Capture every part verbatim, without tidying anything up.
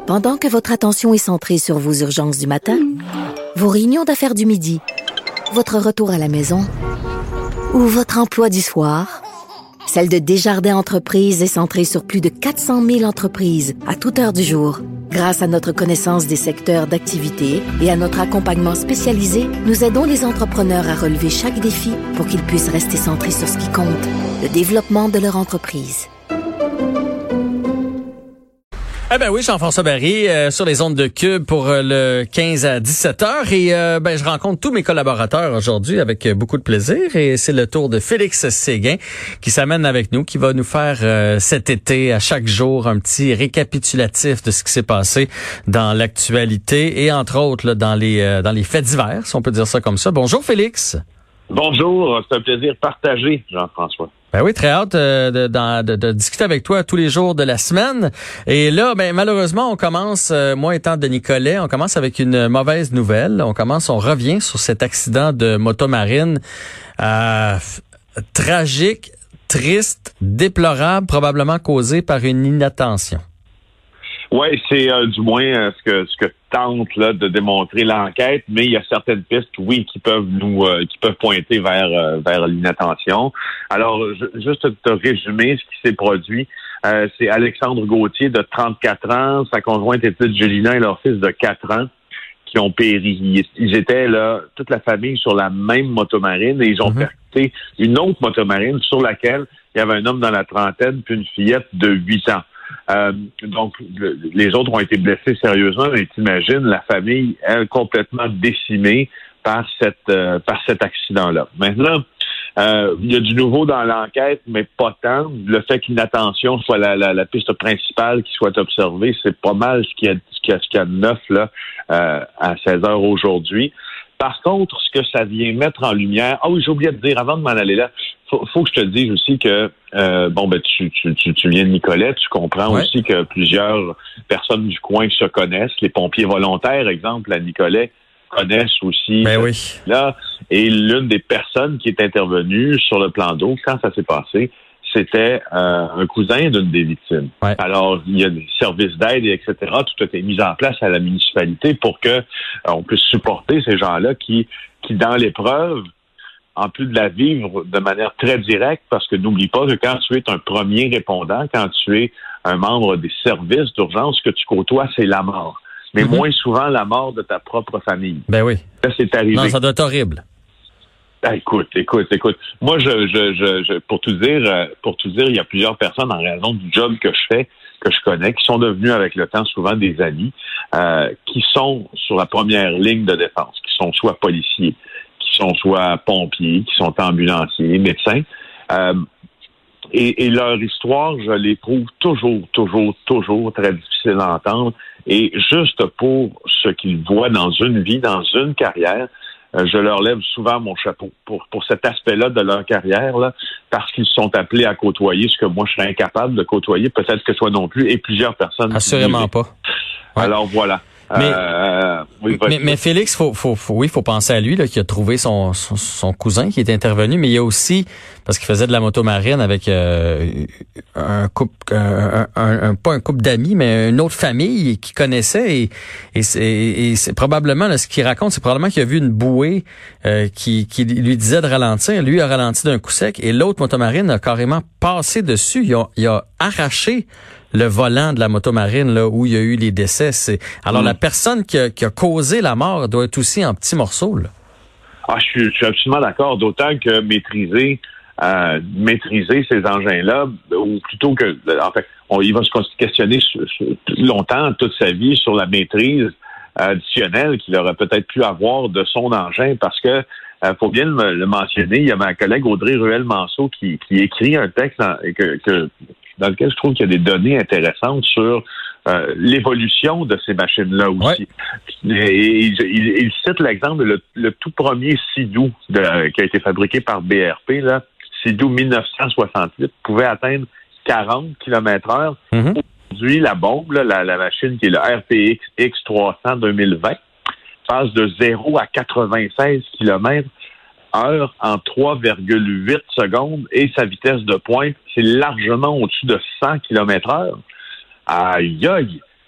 Pendant que votre attention est centrée sur vos urgences du matin, vos réunions d'affaires du midi, votre retour à la maison ou votre emploi du soir, celle de Desjardins Entreprises est centrée sur plus de quatre cent mille entreprises à toute heure du jour. Grâce à notre connaissance des secteurs d'activité et à notre accompagnement spécialisé, nous aidons les entrepreneurs à relever chaque défi pour qu'ils puissent rester centrés sur ce qui compte, le développement de leur entreprise. Eh ben oui, Jean-François Barry, euh, sur les ondes de Cube pour euh, le quinze à dix-sept heures. Et euh, ben je rencontre tous mes collaborateurs aujourd'hui avec euh, beaucoup de plaisir. Et c'est le tour de Félix Séguin qui s'amène avec nous, qui va nous faire euh, cet été, à chaque jour, un petit récapitulatif de ce qui s'est passé dans l'actualité et entre autres là, dans les euh, dans les faits divers, si on peut dire ça comme ça. Bonjour Félix. Bonjour, c'est un plaisir partagé, Jean-François. Ben oui, très hâte euh, de, de, de, de discuter avec toi tous les jours de la semaine. Et là, ben malheureusement, on commence, euh, moi étant de Nicolet, on commence avec une mauvaise nouvelle. On commence, on revient sur cet accident de motomarine euh, tragique, triste, déplorable, probablement causé par une inattention. Oui, c'est euh, du moins euh, ce que ce que tente là de démontrer l'enquête, mais il y a certaines pistes, oui, qui peuvent nous euh, qui peuvent pointer vers euh, vers l'inattention. Alors, je, juste te résumer ce qui s'est produit. Euh, c'est Alexandre Gauthier de trente-quatre ans, sa conjointe Édith Gélina et leur fils de quatre ans qui ont péri. Ils étaient là, toute la famille sur la même motomarine et ils ont mm-hmm. percuté une autre motomarine sur laquelle il y avait un homme dans la trentaine puis une fillette de huit ans. Euh, donc, le, les autres ont été blessés sérieusement, mais t'imagines la famille, elle, complètement décimée par cette euh, par cet accident-là. Maintenant, euh, il y a du nouveau dans l'enquête, mais pas tant. Le fait qu'une attention soit la, la, la piste principale qui soit observée, c'est pas mal ce qu'il y a, ce qu'il y a, ce qu'il y a de neuf là euh, à seize heures aujourd'hui. Par contre, ce que ça vient mettre en lumière... Ah oui, j'ai oublié de dire, avant de m'en aller là, faut, faut que je te dise aussi que, euh, bon, ben tu, tu, tu, tu viens de Nicolet, tu comprends ouais. aussi que plusieurs personnes du coin se connaissent. Les pompiers volontaires, exemple, à Nicolet, connaissent aussi ben oui. là. Et l'une des personnes qui est intervenue sur le plan d'eau, quand ça s'est passé, c'était euh, un cousin d'une des victimes. Ouais. Alors, il y a des services d'aide, et etc. Tout a été mis en place à la municipalité pour que euh, on puisse supporter ces gens-là qui, qui dans l'épreuve, en plus de la vivre de manière très directe, parce que n'oublie pas que quand tu es un premier répondant, quand tu es un membre des services d'urgence, ce que tu côtoies, c'est la mort. Mais mm-hmm. moins souvent la mort de ta propre famille. Ben oui. Ça, c'est arrivé. Non, ça doit être horrible. Ah, écoute, écoute, écoute. Moi, je, je, je, je, pour tout dire, euh, pour tout dire, il y a plusieurs personnes en raison du job que je fais, que je connais, qui sont devenus avec le temps souvent des amis, euh, qui sont sur la première ligne de défense, qui sont soit policiers, qui sont soit pompiers, qui sont ambulanciers, médecins. Euh, et, et leur histoire, je les trouve toujours, toujours, toujours très difficile à entendre. Et juste pour ce qu'ils voient dans une vie, dans une carrière, Euh, je leur lève souvent mon chapeau pour pour cet aspect-là de leur carrière, là, parce qu'ils sont appelés à côtoyer ce que moi je serais incapable de côtoyer, peut-être que toi non plus, et plusieurs personnes. Assurément pas. Ouais. Alors voilà. Mais, euh, oui, mais, mais Félix, faut, faut, faut, oui, faut penser à lui là, qui a trouvé son, son, son cousin qui est intervenu, mais il y a aussi, parce qu'il faisait de la motomarine avec euh, un couple, un, un, un, pas un couple d'amis, mais une autre famille qui connaissait, et, et, c'est, et c'est probablement, là, ce qu'il raconte, c'est probablement qu'il a vu une bouée euh, qui, qui lui disait de ralentir. Lui a ralenti d'un coup sec, et l'autre motomarine a carrément passé dessus. Il a, il a arraché le volant de la motomarine là où il y a eu les décès. C'est... Alors, mmh. la personne qui a, qui a causé la mort doit être aussi en petits morceaux, là. Ah, je suis, je suis absolument d'accord, d'autant que maîtriser euh, maîtriser ces engins-là, ou plutôt que, en fait, on, il va se questionner sur, sur, longtemps, toute sa vie, sur la maîtrise additionnelle qu'il aurait peut-être pu avoir de son engin, parce que Euh, faut bien le, le mentionner, il y a ma collègue Audrey Ruel-Manceau qui, qui écrit un texte dans, que, que, dans lequel je trouve qu'il y a des données intéressantes sur euh, l'évolution de ces machines-là aussi. Ouais. Et, et il, il cite l'exemple, le, le tout premier Sea-Doo de, qui a été fabriqué par B R P, là, Sea-Doo dix-neuf cent soixante-huit, pouvait atteindre quarante kilomètres heure. Mm-hmm. Aujourd'hui, la bombe, là, la, la machine qui est le R P X X trois cents deux mille vingt, passe de zéro à quatre-vingt-seize kilomètres heure en trois virgule huit secondes, et sa vitesse de pointe, c'est largement au-dessus de cent kilomètres heure. Aïe, aïe!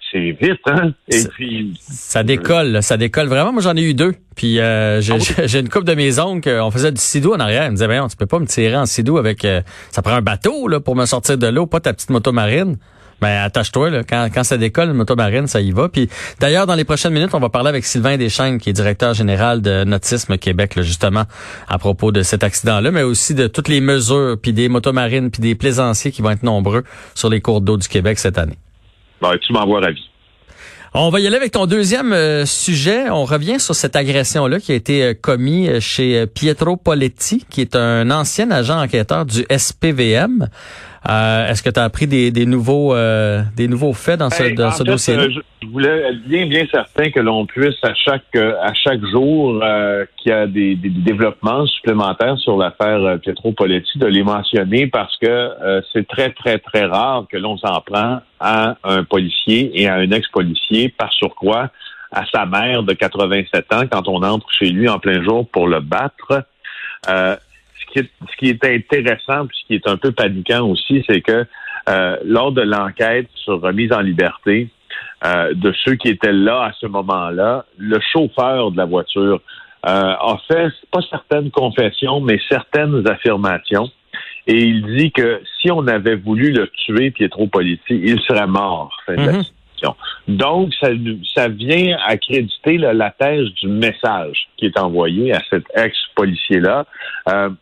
c'est vite, hein? Et puis ça décolle, là, ça décolle vraiment. Moi, j'en ai eu deux. Puis euh, j'ai, ah oui? j'ai une couple de mes oncles, on faisait du sidou en arrière. Ils me disaient, ben, tu peux pas me tirer en sidou avec, euh, ça prend un bateau là pour me sortir de l'eau, pas ta petite moto marine. Ben attache-toi là, quand quand ça décolle une moto marine, ça y va. Puis d'ailleurs dans les prochaines minutes, on va parler avec Sylvain Deschênes qui est directeur général de Nautisme Québec là, justement à propos de cet accident-là, mais aussi de toutes les mesures puis des motomarines puis des plaisanciers qui vont être nombreux sur les cours d'eau du Québec cette année. Ben, tu m'envoies ravi. On va y aller avec ton deuxième euh, sujet. On revient sur cette agression-là qui a été euh, commise chez Pietro Poletti, qui est un ancien agent enquêteur du S P V M. Euh, est-ce que tu as appris des, des nouveaux euh, des nouveaux faits dans ce, hey, dans ce dossier-là? Euh, je voulais être bien, bien certain que l'on puisse à chaque euh, à chaque jour euh, qu'il y a des, des développements supplémentaires sur l'affaire euh, Pietro Poletti, de les mentionner parce que euh, c'est très, très, très rare que l'on s'en prend à un policier et à un ex-policier par surcroît à sa mère de quatre-vingt-sept ans quand on entre chez lui en plein jour pour le battre. Euh, Ce qui, est, ce qui est intéressant, puis ce qui est un peu paniquant aussi, c'est que euh, lors de l'enquête sur remise en liberté euh, de ceux qui étaient là à ce moment-là, le chauffeur de la voiture euh, a fait pas certaines confessions, mais certaines affirmations. Et il dit que si on avait voulu le tuer, Pietro Poletti, il serait mort. Fin de mm-hmm. la Donc, ça, ça vient accréditer là, la thèse du message qui est envoyé à cet ex-policier-là. Euh,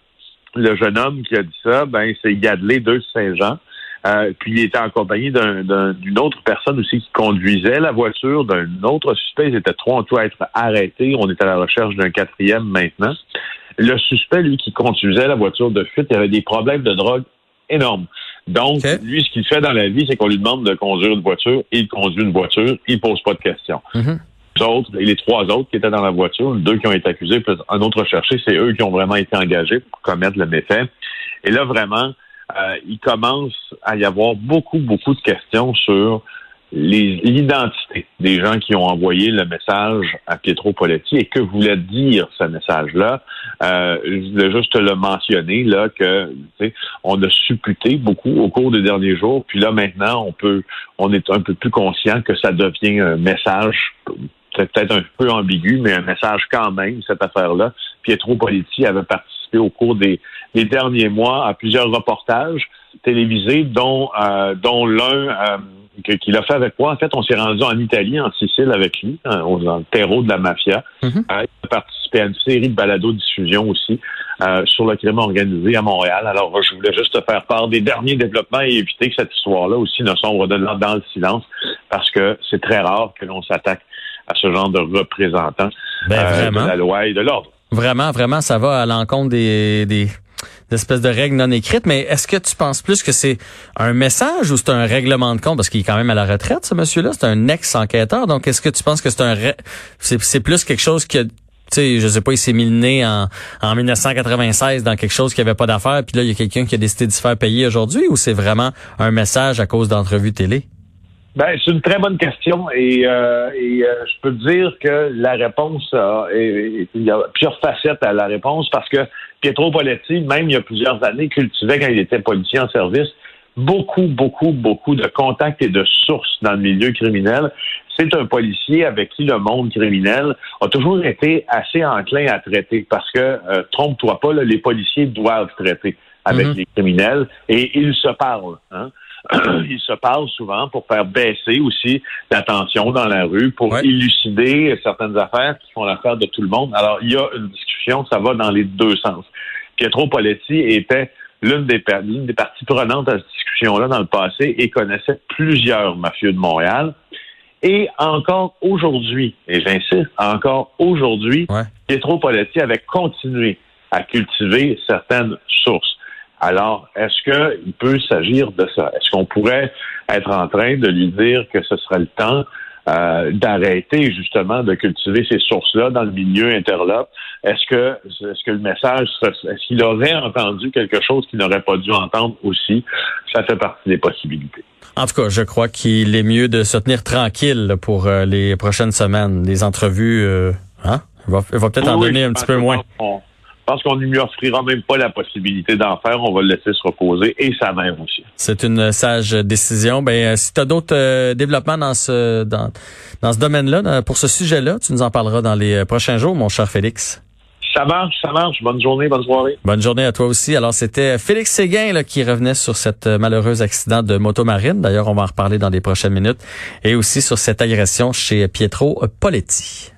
Le jeune homme qui a dit ça, ben c'est Gadley de Saint-Jean. Euh, puis il était en compagnie d'un, d'un, d'une autre personne aussi qui conduisait la voiture, d'un autre suspect. Ils étaient trois en tout à être arrêtés. On est à la recherche d'un quatrième maintenant. Le suspect, lui, qui conduisait la voiture de fuite, il avait des problèmes de drogue énormes. Donc, okay. lui, ce qu'il fait dans la vie, c'est qu'on lui demande de conduire une voiture. Il conduit une voiture. Il pose pas de questions. Mm-hmm. Les autres, et les trois autres qui étaient dans la voiture, deux qui ont été accusés, plus un autre recherché, c'est eux qui ont vraiment été engagés pour commettre le méfait. Et là, vraiment, euh, il commence à y avoir beaucoup, beaucoup de questions sur les, l'identité des gens qui ont envoyé le message à Pietro Poletti et que voulait dire ce message-là. Euh, je voulais juste le mentionner, là, que, tu sais, on a supputé beaucoup au cours des derniers jours, puis là, maintenant, on peut, on est un peu plus conscient que ça devient un message c'est peut-être un peu ambigu, mais un message quand même, cette affaire-là. Pietro Poletti avait participé au cours des, des derniers mois à plusieurs reportages télévisés, dont, euh, dont l'un euh, que, qu'il a fait avec moi. En fait, on s'est rendu en Italie, en Sicile, avec lui, hein, dans le terreau de la mafia. Mm-hmm. Euh, il a participé à une série de balados-diffusion aussi euh, sur le crime organisé à Montréal. Alors, je voulais juste te faire part des derniers développements et éviter que cette histoire-là aussi ne sombre de, dans le silence, parce que c'est très rare que l'on s'attaque à ce genre de représentants ben, euh, de la loi et de l'ordre. Vraiment, vraiment, ça va à l'encontre des, des, des espèces de règles non écrites. Mais est-ce que tu penses plus que c'est un message ou c'est un règlement de compte? Parce qu'il est quand même à la retraite, ce monsieur-là. C'est un ex-enquêteur. Donc, est-ce que tu penses que c'est un... Ré... C'est, c'est plus quelque chose qui a... Tu sais, je sais pas, il s'est mis le nez en, en dix-neuf cent quatre-vingt-seize dans quelque chose qui avait pas d'affaires, puis là, il y a quelqu'un qui a décidé de se faire payer aujourd'hui, ou c'est vraiment un message à cause d'entrevues télé? Ben, c'est une très bonne question et, euh, et euh, je peux te dire que la réponse, a, et, et, il y a plusieurs facettes à la réponse parce que Pietro Poletti, même il y a plusieurs années, cultivait quand il était policier en service beaucoup, beaucoup, beaucoup de contacts et de sources dans le milieu criminel. C'est un policier avec qui le monde criminel a toujours été assez enclin à traiter parce que, euh, trompe-toi pas, là, les policiers doivent traiter avec mm-hmm. les criminels et ils se parlent, hein. Ils se parlent souvent pour faire baisser aussi la tension dans la rue, pour ouais. élucider certaines affaires qui font l'affaire de tout le monde. Alors, il y a une discussion, ça va dans les deux sens. Pietro Poletti était l'une des, l'une des parties prenantes à cette discussion-là dans le passé et connaissait plusieurs mafieux de Montréal. Et encore aujourd'hui, et j'insiste, encore aujourd'hui, ouais. Pietro Poletti avait continué à cultiver certaines sources. Alors, est-ce qu'il peut s'agir de ça? Est-ce qu'on pourrait être en train de lui dire que ce serait le temps euh, d'arrêter justement de cultiver ces sources-là dans le milieu interlope? Est-ce que est-ce que le message, est-ce qu'il aurait entendu quelque chose qu'il n'aurait pas dû entendre aussi? Ça fait partie des possibilités. En tout cas, je crois qu'il est mieux de se tenir tranquille pour euh, les prochaines semaines. Les entrevues, euh, hein? Il va, il va peut-être oui, en donner un petit peu moins. On, pense qu'on ne lui offrira même pas la possibilité d'en faire. On va le laisser se reposer et sa mère aussi. C'est une sage décision. Ben, si tu as d'autres euh, développements dans ce dans, dans ce domaine-là, dans, pour ce sujet-là, tu nous en parleras dans les prochains jours, mon cher Félix. Ça marche, ça marche. Bonne journée, bonne soirée. Bonne journée à toi aussi. Alors, c'était Félix Séguin là, qui revenait sur cet malheureux accident de motomarine. D'ailleurs, on va en reparler dans les prochaines minutes. Et aussi sur cette agression chez Pietro Poletti.